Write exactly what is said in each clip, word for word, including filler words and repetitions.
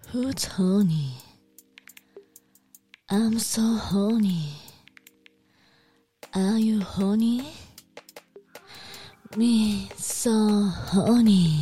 Who's horny? I'm so horny. Are you horny? Me so horny.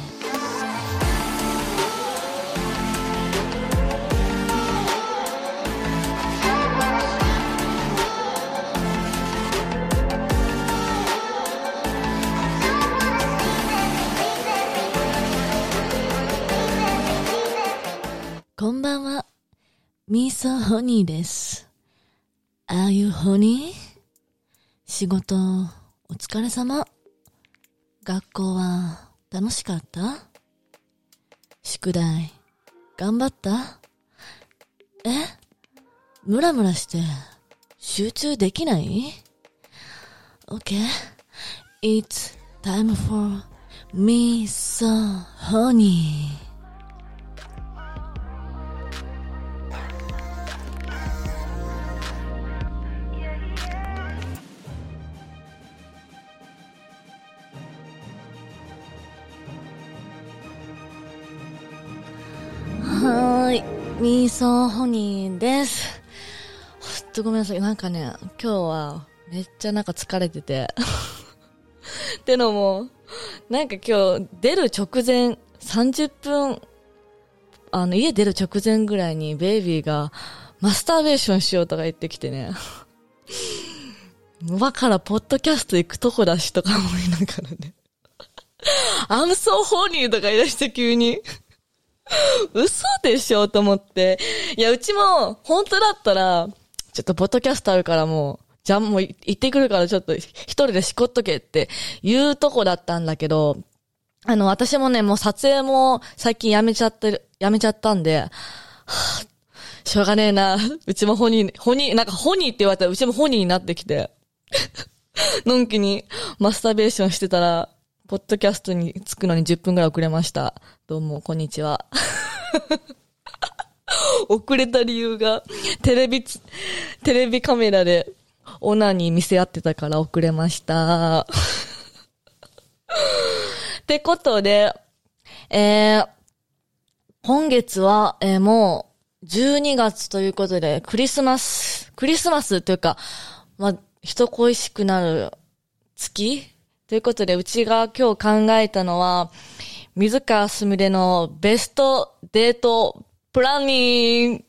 こんばんは。Me so horny です。Are you horny? 仕事お疲れ様。学校は楽しかった？宿題頑張った？え？ムラムラして集中できない？ Okay. It's time for me so horny. はーい、ミーソーホニーです。ほんとごめんなさい。なんかね、今日はめっちゃなんか疲れてて。ってのも、なんか今日出る直前、さんじゅっぷん、あの家出る直前ぐらいにベイビーがマスターベーションしようとか言ってきてね。今からポッドキャスト行くとこだしとか思いながらね。I'm so horny とか言い出して急に。嘘でしょと思って。いや、うちも、本当だったら、ちょっとポッドキャストあるからもう、じゃあもう行ってくるからちょっと一人でしこっとけって言うとこだったんだけど、あの、私もね、もう撮影も最近やめちゃってる、やめちゃったんで、はぁ、しょうがねえな。うちもホニー、ホニー、なんかホニーって言われたらうちもホニーになってきて、のんきにマスターベーションしてたら、ポッドキャストに着くのにじゅっぷんぐらい遅れました。どうも、こんにちは。遅れた理由が、テレビ、テレビカメラでオナに見せ合ってたから遅れました。ってことで、えー、今月は、えー、もうじゅうにがつということで、クリスマス、クリスマスというか、まあ、人恋しくなる月ということで、うちが今日考えたのは、水川すみれのベストデートプランニング、イエーイ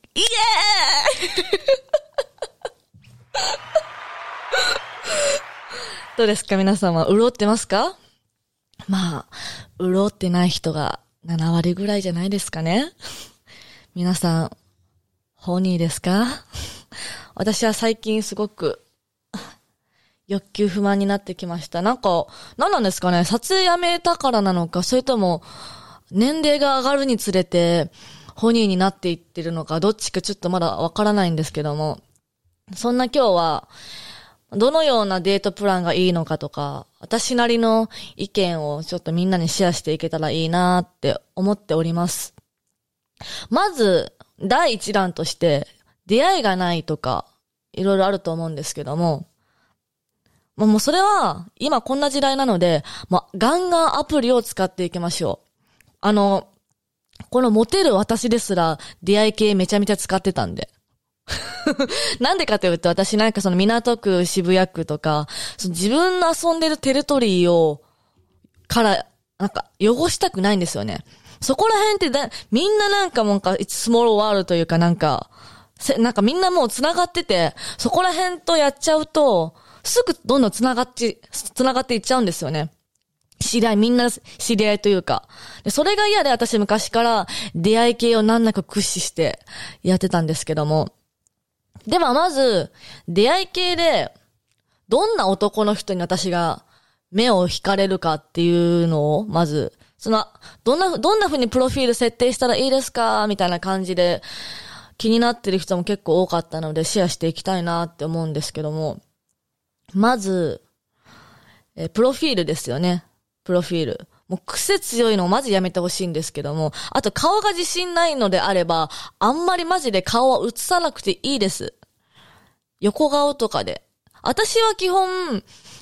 どうですか皆様、潤ってますか？まあ、潤ってない人がななわりぐらいじゃないですかね。皆さん、ホニーですか？私は最近すごく、欲求不満になってきました。なんか、何なんですかね？撮影やめたからなのか、それとも、年齢が上がるにつれて、ホニーになっていってるのか、どっちかちょっとまだわからないんですけども、そんな今日は、どのようなデートプランがいいのかとか、私なりの意見をちょっとみんなにシェアしていけたらいいなーって思っております。まず、第一弾として、出会いがないとか、いろいろあると思うんですけども、もうそれは、今こんな時代なので、まあ、ガンガンアプリを使っていきましょう。あの、このモテる私ですら、出会い系めちゃめちゃ使ってたんで。なんでかというと、私なんかその港区、渋谷区とか、その自分の遊んでるテリトリーを、から、なんか汚したくないんですよね。そこら辺ってだ、みんななんかもうか、スモールワールドというかなんか、せ、なんかみんなもう繋がってて、そこら辺とやっちゃうと、すぐどんどん繋がって、繋がっていっちゃうんですよね。知り合い、みんな知り合いというか。で、それが嫌で私昔から出会い系を難なく駆使してやってたんですけども。でもまず、出会い系で、どんな男の人に私が目を惹かれるかっていうのを、まず、その、どんな、どんな風にプロフィール設定したらいいですかみたいな感じで気になってる人も結構多かったのでシェアしていきたいなって思うんですけども。まず、え、プロフィールですよね。プロフィール。もう癖強いのをまずやめてほしいんですけども、あと顔が自信ないのであれば、あんまりマジで顔は映さなくていいです。横顔とかで。私は基本、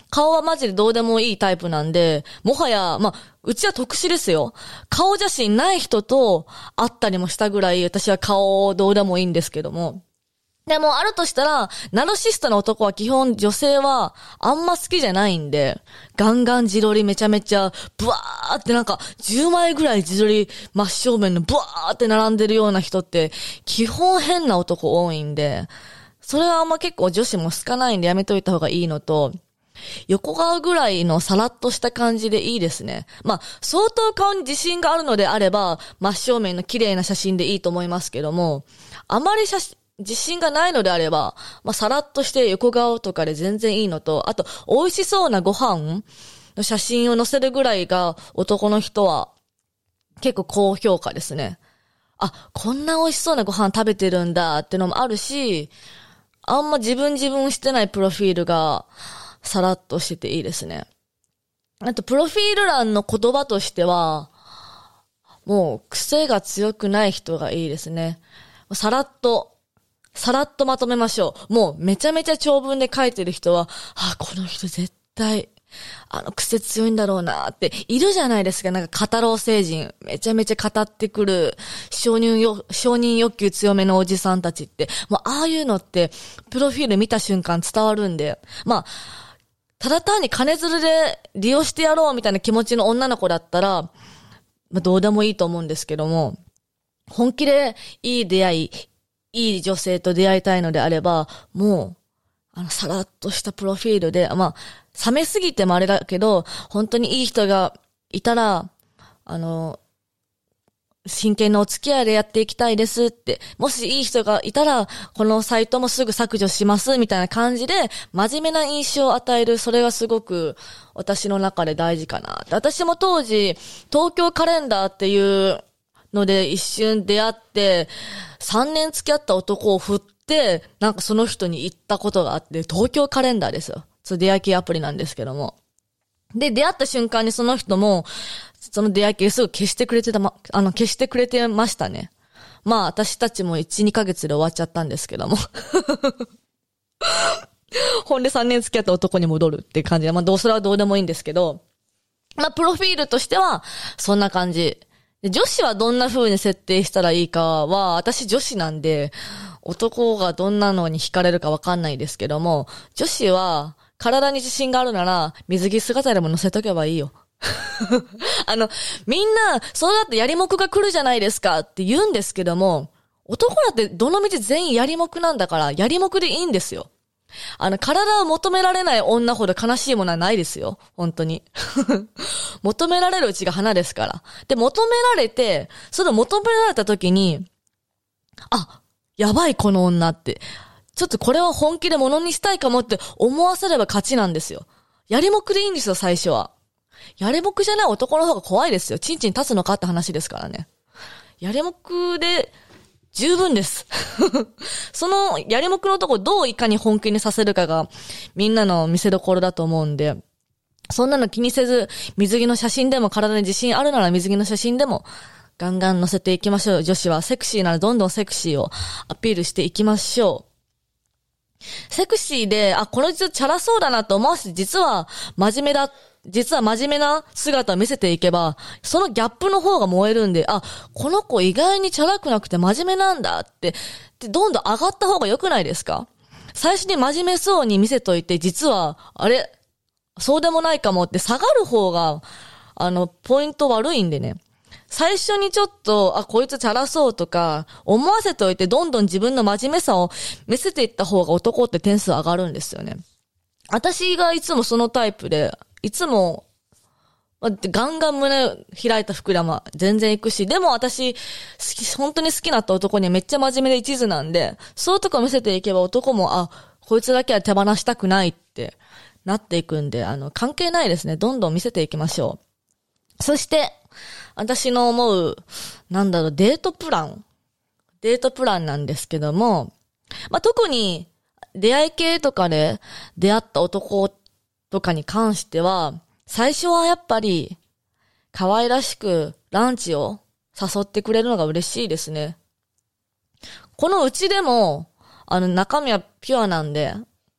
顔はマジでどうでもいいタイプなんで、もはや、まあ、うちは特殊ですよ。顔写真ない人と会ったりもしたぐらい、私は顔どうでもいいんですけども。でも、あるとしたら、ナルシストの男は基本女性はあんま好きじゃないんで、ガンガン自撮りめちゃめちゃ、ブワーってなんか、じゅうまいぐらい自撮り真正面のブワーって並んでるような人って、基本変な男多いんで、それはあんま結構女子も好かないんでやめといた方がいいのと、横顔ぐらいのさらっとした感じでいいですね。まあ、相当顔に自信があるのであれば、真正面の綺麗な写真でいいと思いますけども、あまり写真、自信がないのであれば、まあ、さらっとして横顔とかで全然いいのと、あと、美味しそうなご飯の写真を載せるぐらいが男の人は結構高評価ですね。あ、こんな美味しそうなご飯食べてるんだってのもあるし、あんま自分自分してないプロフィールがさらっとしてていいですね。あと、プロフィール欄の言葉としては、もう癖が強くない人がいいですね。さらっと、さらっとまとめましょう。もうめちゃめちゃ長文で書いてる人は、あ、この人絶対、あの癖強いんだろうなって、いるじゃないですか。なんか語ろう星人。めちゃめちゃ語ってくる、承認よ、承認欲求強めのおじさんたちって、もうああいうのって、プロフィール見た瞬間伝わるんで、まあ、ただ単に金づるで利用してやろうみたいな気持ちの女の子だったら、まあどうでもいいと思うんですけども、本気でいい出会い、いい女性と出会いたいのであれば、もう、あの、さらっとしたプロフィールで、まあ、冷めすぎてもあれだけど、本当にいい人がいたら、あの、真剣なお付き合いでやっていきたいですって、もしいい人がいたら、このサイトもすぐ削除します、みたいな感じで、真面目な印象を与える、それがすごく、私の中で大事かな。私も当時、東京カレンダーっていう、ので一瞬出会って、さんねん付き合った男を振って、なんかその人に言ったことがあって、東京カレンダーですよ。そう出会い系アプリなんですけども。で、出会った瞬間にその人も、その出会い系すぐ消してくれてたま、あの、消してくれてましたね。まあ、私たちもいち、にかげつで終わっちゃったんですけども。ほんでさんねん付き合った男に戻るって感じで、まあ、どうそれはどうでもいいんですけど、まあ、プロフィールとしては、そんな感じ。女子はどんな風に設定したらいいかは、私女子なんで、男がどんなのに惹かれるかわかんないですけども、女子は体に自信があるなら、水着姿でも乗せとけばいいよ。あの、みんな、そうだってやりもくが来るじゃないですかって言うんですけども、男だってどの道全員やりもくなんだから、やりもくでいいんですよ。あの、体を求められない女ほど悲しいものはないですよ。本当に。求められるうちが花ですから。で、求められて、それを求められた時に、あ、やばいこの女って。ちょっとこれは本気で物にしたいかもって思わせれば勝ちなんですよ。やりもくでいいんですよ、最初は。やりもくじゃない男の方が怖いですよ。チンチン立つのかって話ですからね。やりもくで、十分です。そのやりもくのとこどういかに本気にさせるかがみんなの見せ所だと思うんで、そんなの気にせず水着の写真でも体に自信あるなら水着の写真でもガンガン載せていきましょう。女子はセクシーならどんどんセクシーをアピールしていきましょう。セクシーで、あ、この人チャラそうだなと思わせて実は真面目だ。実は真面目な姿を見せていけば、そのギャップの方が燃えるんで、あ、この子意外にチャラくなくて真面目なんだって、でどんどん上がった方が良くないですか？最初に真面目そうに見せといて、実は、あれ、そうでもないかもって下がる方が、あの、ポイント悪いんでね。最初にちょっと、あ、こいつチャラそうとか、思わせといて、どんどん自分の真面目さを見せていった方が男って点数上がるんですよね。私がいつもそのタイプで、いつも、ガンガン胸開いた膨らま全然行くし、でも私、好き、本当に好きなった男にはめっちゃ真面目で一途なんで、そういうとこ見せていけば男も、あ、こいつだけは手放したくないってなっていくんで、あの、関係ないですね。どんどん見せていきましょう。そして、私の思う、なんだろう、デートプラン。デートプランなんですけども、まあ、特に出会い系とかで出会った男とかに関しては、最初はやっぱり可愛らしくランチを誘ってくれるのが嬉しいですね。このうちでも、あの中身はピュアなんで、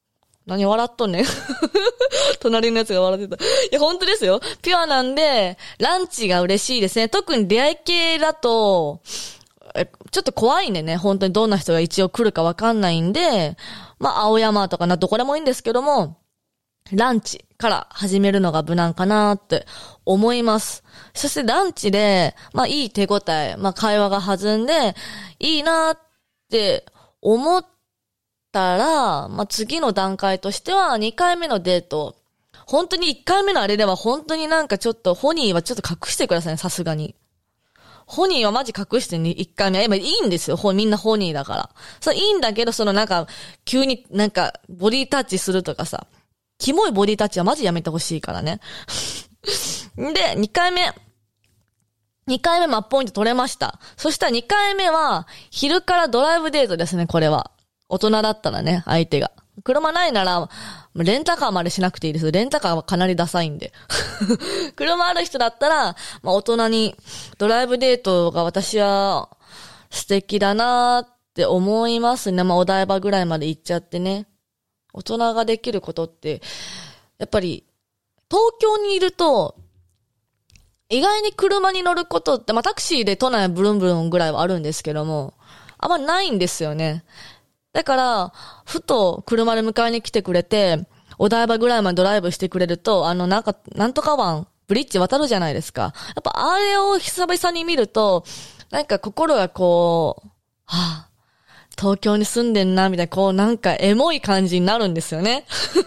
何笑っとんねん。隣のやつが笑ってた。いや、本当ですよ。ピュアなんで、ランチが嬉しいですね。特に出会い系だと、ちょっと怖いんでね、本当にどんな人が一応来るかわかんないんで、まあ、青山とかな、どこでもいいんですけども、ランチから始めるのが無難かなって思います。そしてランチで、まあいい手応え、まあ会話が弾んで、いいなって思ったら、まあ次の段階としてはにかいめのデート。本当にいっかいめのあれでは本当になんかちょっと、ホニーはちょっと隠してくださいね、さすがに。ホニーはマジ隠してね、いっかいめ。今いいんですよ。みんなホニーだから。そう、いいんだけど、そのなんか、急になんか、ボディタッチするとかさ。キモいボディタッチはマジやめてほしいからね。で、にかいめ。にかいめマップポイント取れました。そしたらにかいめは、昼からドライブデートですね、これは。大人だったらね、相手が。車ないなら、レンタカーまでしなくていいです。レンタカーはかなりダサいんで。車ある人だったら、まあ大人にドライブデートが私は素敵だなーって思いますね。まあお台場ぐらいまで行っちゃってね。大人ができることって、やっぱり、東京にいると、意外に車に乗ることって、まあタクシーで都内ブルンブルンぐらいはあるんですけども、あんまないんですよね。だから、ふと車で迎えに来てくれて、お台場ぐらいまでドライブしてくれると、あのなんか、なんとか湾、ブリッジ渡るじゃないですか。やっぱあれを久々に見ると、なんか心がこう、はぁ、東京に住んでんな、みたいな、こうなんかエモい感じになるんですよね。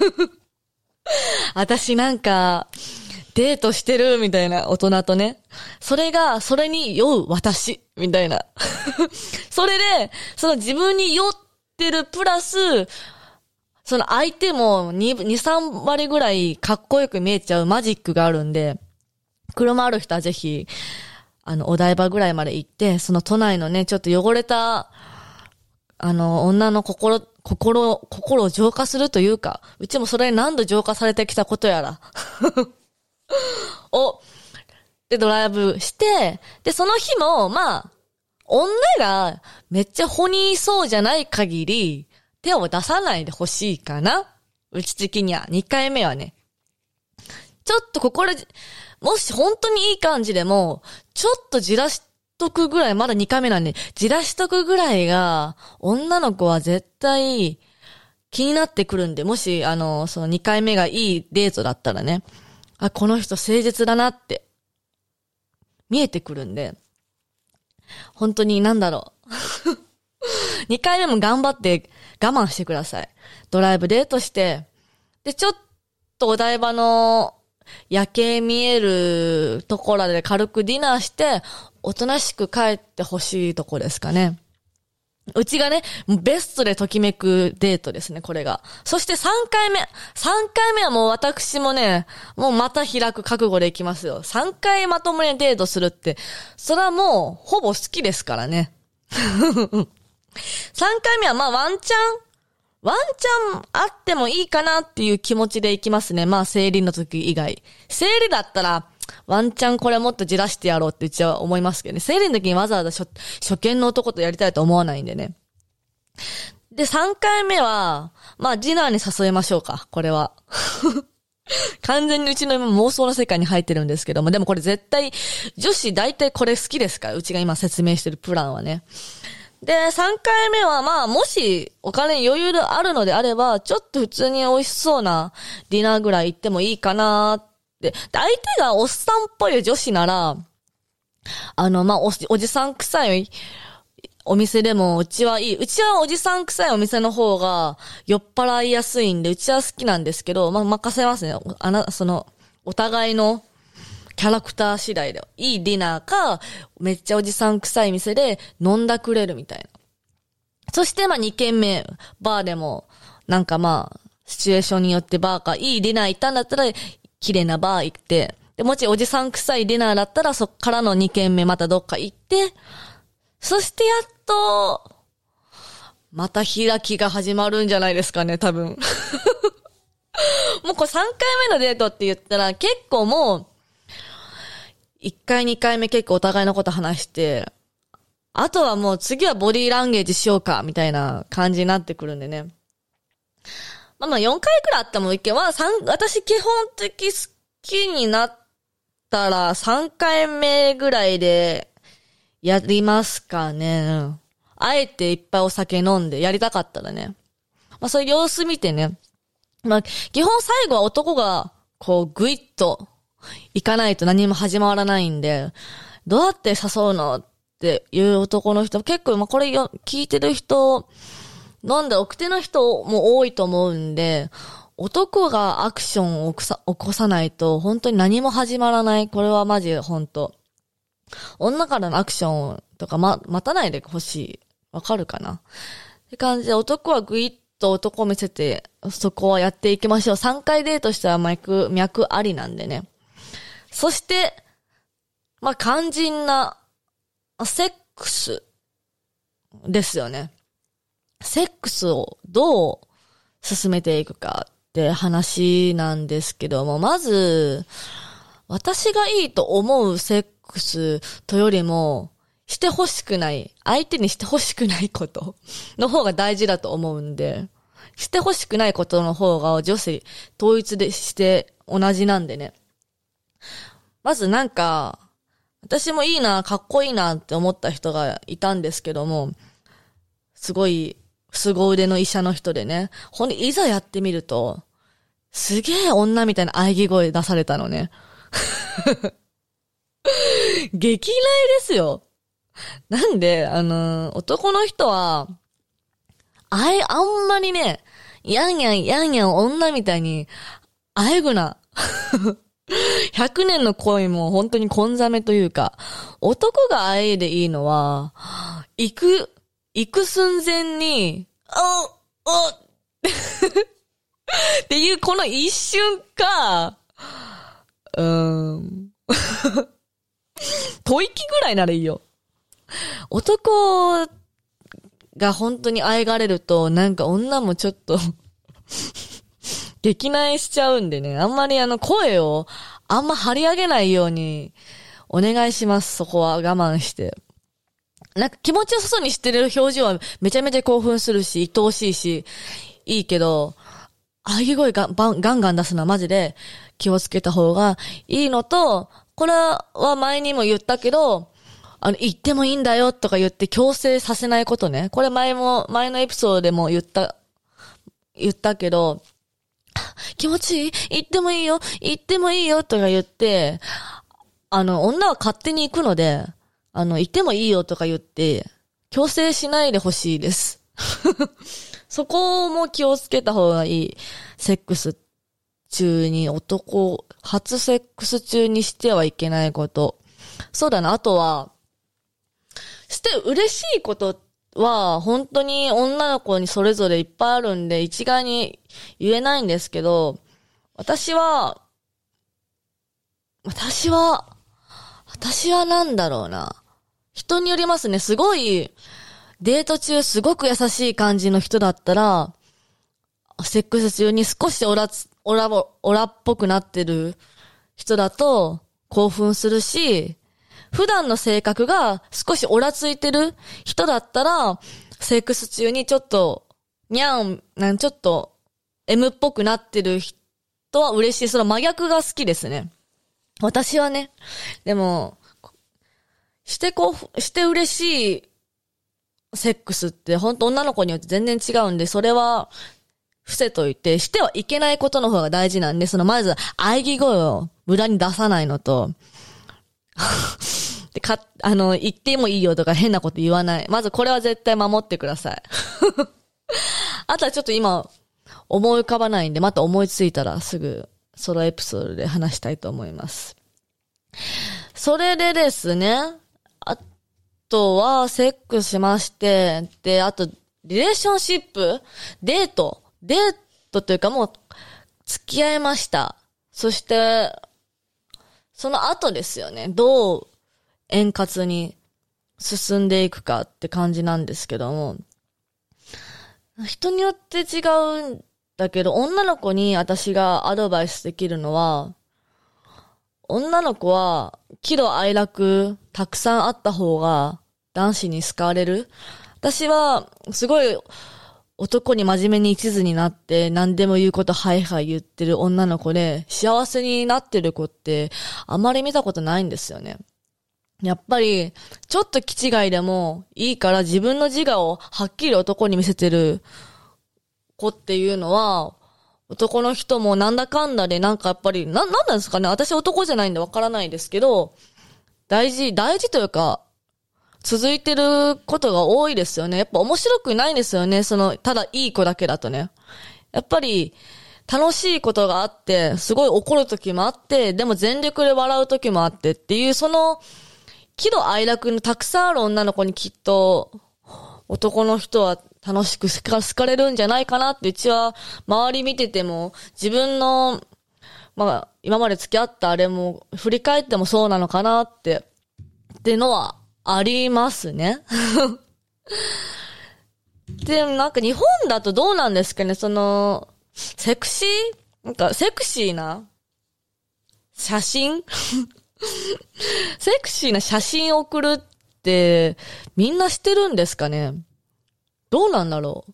私なんか、デートしてる、みたいな、大人とね。それが、それに酔う私、みたいな。それで、その自分に酔ってるプラス、その相手もに、さん割ぐらいかっこよく見えちゃうマジックがあるんで、車ある人はぜひ、あの、お台場ぐらいまで行って、その都内のね、ちょっと汚れた、あの、女の心、心、心を浄化するというか、うちもそれに何度浄化されてきたことやら。を、で、ドライブして、で、その日も、まあ、女がめっちゃホニーそうじゃない限り、手を出さないでほしいかな。うち的には、にかいめはね。ちょっと心、もし本当にいい感じでも、ちょっとじらしとくぐらい、まだにかいめなんで、じらしとくぐらいが、女の子は絶対気になってくるんで、もし、あの、そのにかいめがいいデートだったらね、あ、この人誠実だなって、見えてくるんで、本当になんだろう。にかいめも頑張って我慢してください。ドライブデートして、で、ちょっとお台場の夜景見えるところで軽くディナーして、おとなしく帰ってほしいとこですかね。うちがね、ベストでときめくデートですね、これが。そしてさんかいめ。さんかいめはもう私もね、もうまた開く覚悟でいきますよ。さんかいまともにデートするって、それはもうほぼ好きですからね。さんかいめはまあワンチャン、ワンチャンあってもいいかなっていう気持ちでいきますね。まあ生理の時以外。生理だったら、ワンチャンこれもっとじらしてやろうってうちは思いますけどね。生理の時にわざわざ初、初見の男とやりたいと思わないんでね。で、さんかいめは、まあディナーに誘いましょうか、これは。完全にうちの今妄想の世界に入ってるんですけども、でもこれ絶対、女子大体これ好きですから、うちが今説明してるプランはね。で、さんかいめはまあ、もしお金余裕であるのであれば、ちょっと普通に美味しそうなディナーぐらい行ってもいいかなって。で、相手がおっさんっぽい女子なら、あの、まあ、お、おじさん臭いお店でもうちはいい。うちはおじさん臭いお店の方が酔っ払いやすいんで、うちは好きなんですけど、まあ、任せますね。あな、その、お互いのキャラクター次第で。いいディナーか、めっちゃおじさん臭い店で飲んだくれるみたいな。そしてまあ、にけんめ、バーでも、なんかまあ、シチュエーションによってバーか、いいディナー行ったんだったら、綺麗なバー行って、で、もしおじさん臭いディナーだったら、そっからのにけんめまたどっか行って、そしてやっと、また開きが始まるんじゃないですかね、多分。もうこれさんかいめのデートって言ったら、結構もう、いっかいにかいめ結構お互いのこと話して、あとはもう次はボディーランゲージしようか、みたいな感じになってくるんでね。 まあまあよんかいくらいあってもいいけど、まあさん、私基本的好きになったらさんかいめぐらいでやりますかね。あえていっぱいお酒飲んでやりたかったらね。まあそういう様子見てね。まあ基本最後は男がこうグイッと行かないと何も始まらないんで、どうやって誘うのっていう男の人結構、まあこれよ聞いてる人、なんで奥手の人も多いと思うんで、男がアクションを起こさ、起こさないと本当に何も始まらない。これはマジ本当。女からのアクションとかま、待たないでほしい。わかるかなって感じで、男はグイッと男を見せて、そこはやっていきましょう。さんかいデートしたら脈、脈ありなんでね。そして、まあ、肝心な、セックスですよね。セックスをどう進めていくかって話なんですけども、まず、私がいいと思うセックスとよりも、してほしくない、相手にしてほしくないことの方が大事だと思うんで、してほしくないことの方が女子統一でして同じなんでね。まずなんか、私もいいな、かっこいいなって思った人がいたんですけども、すごい、凄腕の医者の人でね、ほんにいざやってみると、すげえ女みたいな喘ぎ声出されたのね。激雷ですよ。なんで、あのー、男の人は、あい、あんまりね、やんやんやんやん女みたいに、あえぐな。ひゃくねんの恋も本当に根ざめというか、男があえでいいのは、行く、行く寸前に、あ、あっていうこの一瞬か、うーん。吐息ぐらいならいいよ。男が本当に愛がれると、なんか女もちょっと、激内しちゃうんでね、あんまりあの声をあんま張り上げないようにお願いします。そこは我慢して。なんか気持ちよさそうにしてる表情はめちゃめちゃ興奮するし、愛おしいし、いいけど、ああいう声がガンガン出すのはマジで気をつけた方がいいのと、これは前にも言ったけど、あの、言ってもいいんだよとか言って強制させないことね。これ前も、前のエピソードでも言った、言ったけど、気持ちいい？言ってもいいよ言ってもいいよとか言って、あの、女は勝手に行くので、あの、言ってもいいよとか言って、強制しないでほしいです。そこも気をつけた方がいい。セックス中に男、初セックス中にしてはいけないこと。そうだな、あとは、して嬉しいことは、本当に女の子にそれぞれいっぱいあるんで、一概に言えないんですけど、私は、私は、私はなんだろうな。人によりますね。すごい、デート中すごく優しい感じの人だったら、セックス中に少しオラつ、オラボ、オラっぽくなってる人だと興奮するし、普段の性格が少しオラついてる人だったら、セックス中にちょっと、にゃん、なんちょっと、M っぽくなってる人は嬉しい。その真逆が好きですね。私はね。でも、してこう、して嬉しいセックスって本当女の子によって全然違うんで、それは伏せといて、してはいけないことの方が大事なんで、そのまず、喘ぎ声を無駄に出さないのと、でか、あの、言ってもいいよとか変なこと言わない。まずこれは絶対守ってください。あとはちょっと今、思い浮かばないんで、また思いついたらすぐ、ソロエピソードで話したいと思います。それでですね、あとは、セックスしまして、で、あと、リレーションシップデートデートというかもう、付き合いました。そして、その後ですよね。どう円滑に進んでいくかって感じなんですけども。人によって違うんだけど、女の子に私がアドバイスできるのは、女の子は喜怒哀楽たくさんあった方が男子に好かれる。私はすごい男に真面目に一途になって何でも言うことはいはい言ってる女の子で幸せになってる子ってあまり見たことないんですよね。やっぱりちょっと気違いでもいいから自分の自我をはっきり男に見せてる子っていうのは男の人もなんだかんだでなんかやっぱりな、なんなんですかね、私男じゃないんでわからないですけど大事、大事というか続いてることが多いですよね。やっぱ面白くないんですよね。その、ただいい子だけだとね。やっぱり、楽しいことがあって、すごい怒る時もあって、でも全力で笑う時もあってっていう、その、喜怒哀楽のたくさんある女の子にきっと、男の人は楽しく好かれるんじゃないかなって、うちは周り見てても、自分の、まあ、今まで付き合ったあれも、振り返ってもそうなのかなって、ってのは、ありますね。で、なんか日本だとどうなんですかね、その、セクシーなんかセクシーな写真セクシーな写真送るってみんなしてるんですかね。どうなんだろう。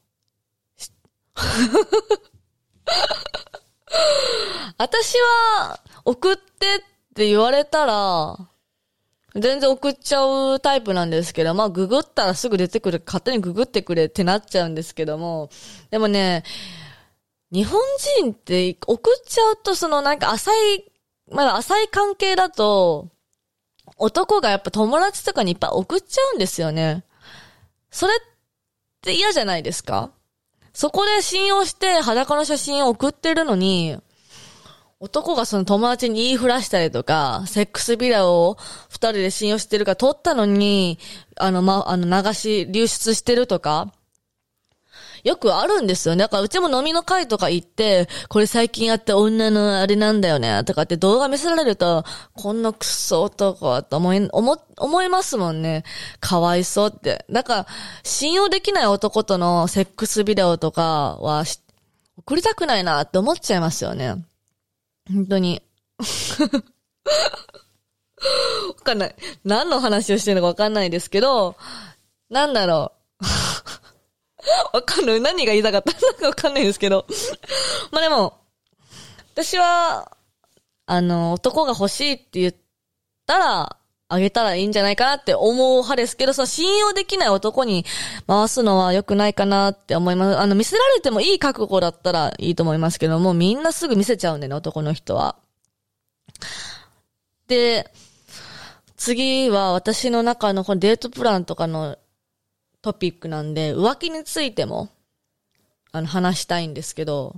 私は送ってって言われたら、全然送っちゃうタイプなんですけど、まあググったらすぐ出てくる、勝手にググってくれってなっちゃうんですけども、でもね、日本人って送っちゃうとそのなんか浅い、まだ浅い関係だと、男がやっぱ友達とかにいっぱい送っちゃうんですよね。それって嫌じゃないですか？そこで信用して裸の写真を送ってるのに、男がその友達に言いふらしたりとか、セックスビデオを二人で信用してるから撮ったのに、あの、ま、あの、流し、流出してるとか、よくあるんですよね。だからうちも飲みの会とか行って、これ最近あった女のあれなんだよね、とかって動画見せられると、こんなクソ男と思い、思、思いますもんね。かわいそうって。だから、信用できない男とのセックスビデオとかは、送りたくないなって思っちゃいますよね。本当に。わかんない。何の話をしてるのかわかんないですけど、なんだろう。わかんない。何が言いたかったのかわかんないですけど。まあでも、私は、あの、男が欲しいって言ったら、あげたらいいんじゃないかなって思う派ですけど、その信用できない男に回すのは良くないかなって思います。あの、見せられてもいい覚悟だったらいいと思いますけども、みんなすぐ見せちゃうんでね、男の人は。で、次は私の中のこのデートプランとかのトピックなんで、浮気についても、あの、話したいんですけど、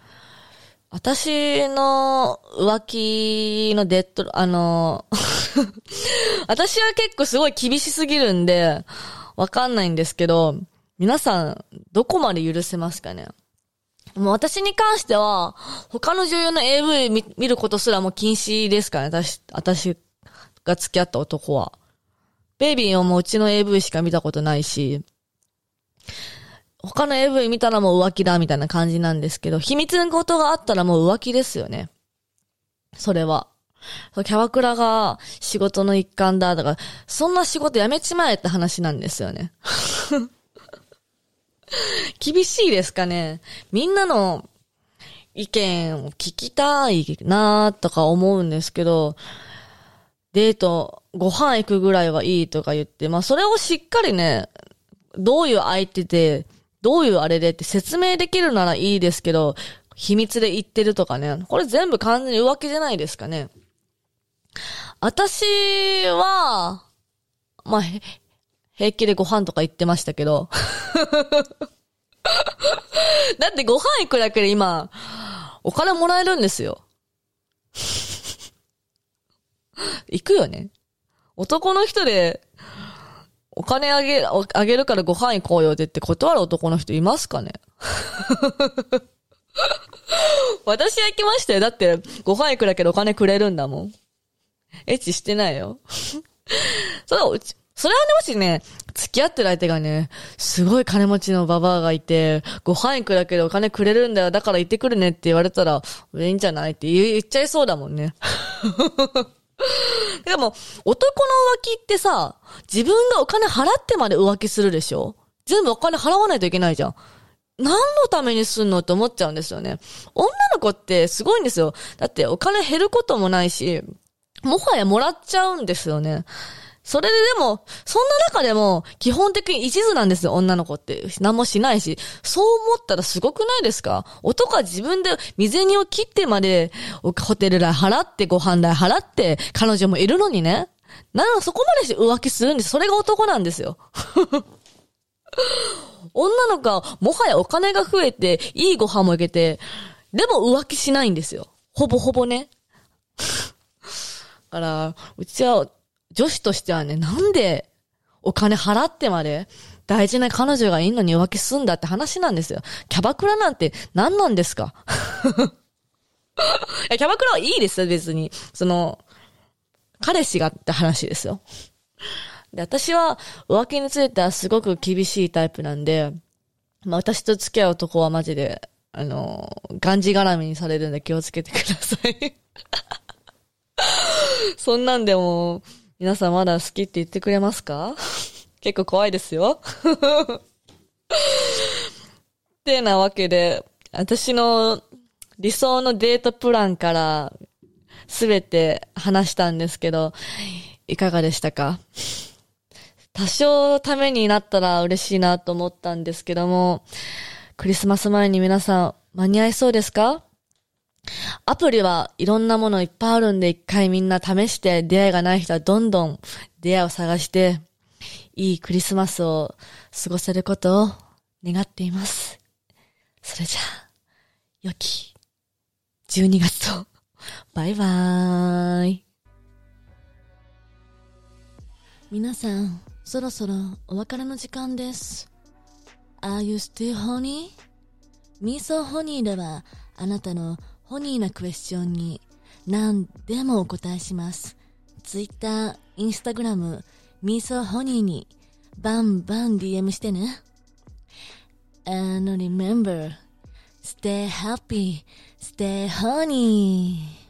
私の浮気のデッド、あの、私は結構すごい厳しすぎるんで、わかんないんですけど、皆さん、どこまで許せますかね？もう私に関しては、他の女優の エーブイ 見、見ることすらもう禁止ですからね、私、私が付き合った男は。ベイビーはもううちの エーブイ しか見たことないし、他の エーブイ 見たらもう浮気だみたいな感じなんですけど、秘密のことがあったらもう浮気ですよね。それは。キャバクラが仕事の一環だとか、そんな仕事やめちまえって話なんですよね。厳しいですかね。みんなの意見を聞きたいなとか思うんですけど、デート、ご飯行くぐらいはいいとか言って、まあそれをしっかりね、どういう相手で、どういうあれでって説明できるならいいですけど、秘密で言ってるとかね。これ全部完全に浮気じゃないですかね。私は、まあ、平気でご飯とか行ってましたけど。だってご飯行くだけで今、お金もらえるんですよ。行くよね。男の人で、お金あげ、あげるからご飯行こうよって言って断る男の人いますかね？私は行きましたよ。だって、ご飯行くだけでお金くれるんだもん。エッチしてないよ。そう、それはね、もしね、付き合ってる相手がね、すごい金持ちのババアがいて、ご飯行くだけでお金くれるんだよ。だから行ってくるねって言われたら、いいんじゃないって言っちゃいそうだもんね。でも、男の浮気ってさ、自分がお金払ってまで浮気するでしょ？全部お金払わないといけないじゃん。 何のためにすんのって思っちゃうんですよね。女の子ってすごいんですよ。だってお金減ることもないし、もはやもらっちゃうんですよね。それででも、そんな中でも、基本的に一途なんですよ、女の子って。何もしないし。そう思ったらすごくないですか？男は自分で身銭を切ってまで、ホテル代払って、ご飯代払って、彼女もいるのにね。なの、そこまでして浮気するんです。それが男なんですよ。女の子は、もはやお金が増えて、いいご飯もいけて、でも浮気しないんですよ。ほぼほぼね。だから、うちは、女子としてはね、なんでお金払ってまで大事な彼女がいんのに浮気すんだって話なんですよ。キャバクラなんて何なんですか？いや、キャバクラはいいですよ、別に。その、彼氏がって話ですよ。で、私は浮気についてはすごく厳しいタイプなんで、まあ私と付き合う男はマジで、あの、がんじがらみにされるんで気をつけてください。そんなんでも、皆さんまだ好きって言ってくれますか？結構怖いですよ。ってなわけで、私の理想のデートプランからすべて話したんですけど、いかがでしたか？多少ためになったら嬉しいなと思ったんですけども、クリスマス前に皆さん間に合いそうですか？アプリはいろんなものいっぱいあるんで、一回みんな試して出会いがない人はどんどん出会いを探して、いいクリスマスを過ごせることを願っています。それじゃあ、良きじゅうにがつと、バイバーイ。皆さん、そろそろお別れの時間です。Are you still honey? Me so honey では、あなたのホニーなクエスチョンに何でもお答えします。Twitter、Instagram、Me so honey にバンバン ディーエム してね。And remember, stay happy, stay honey.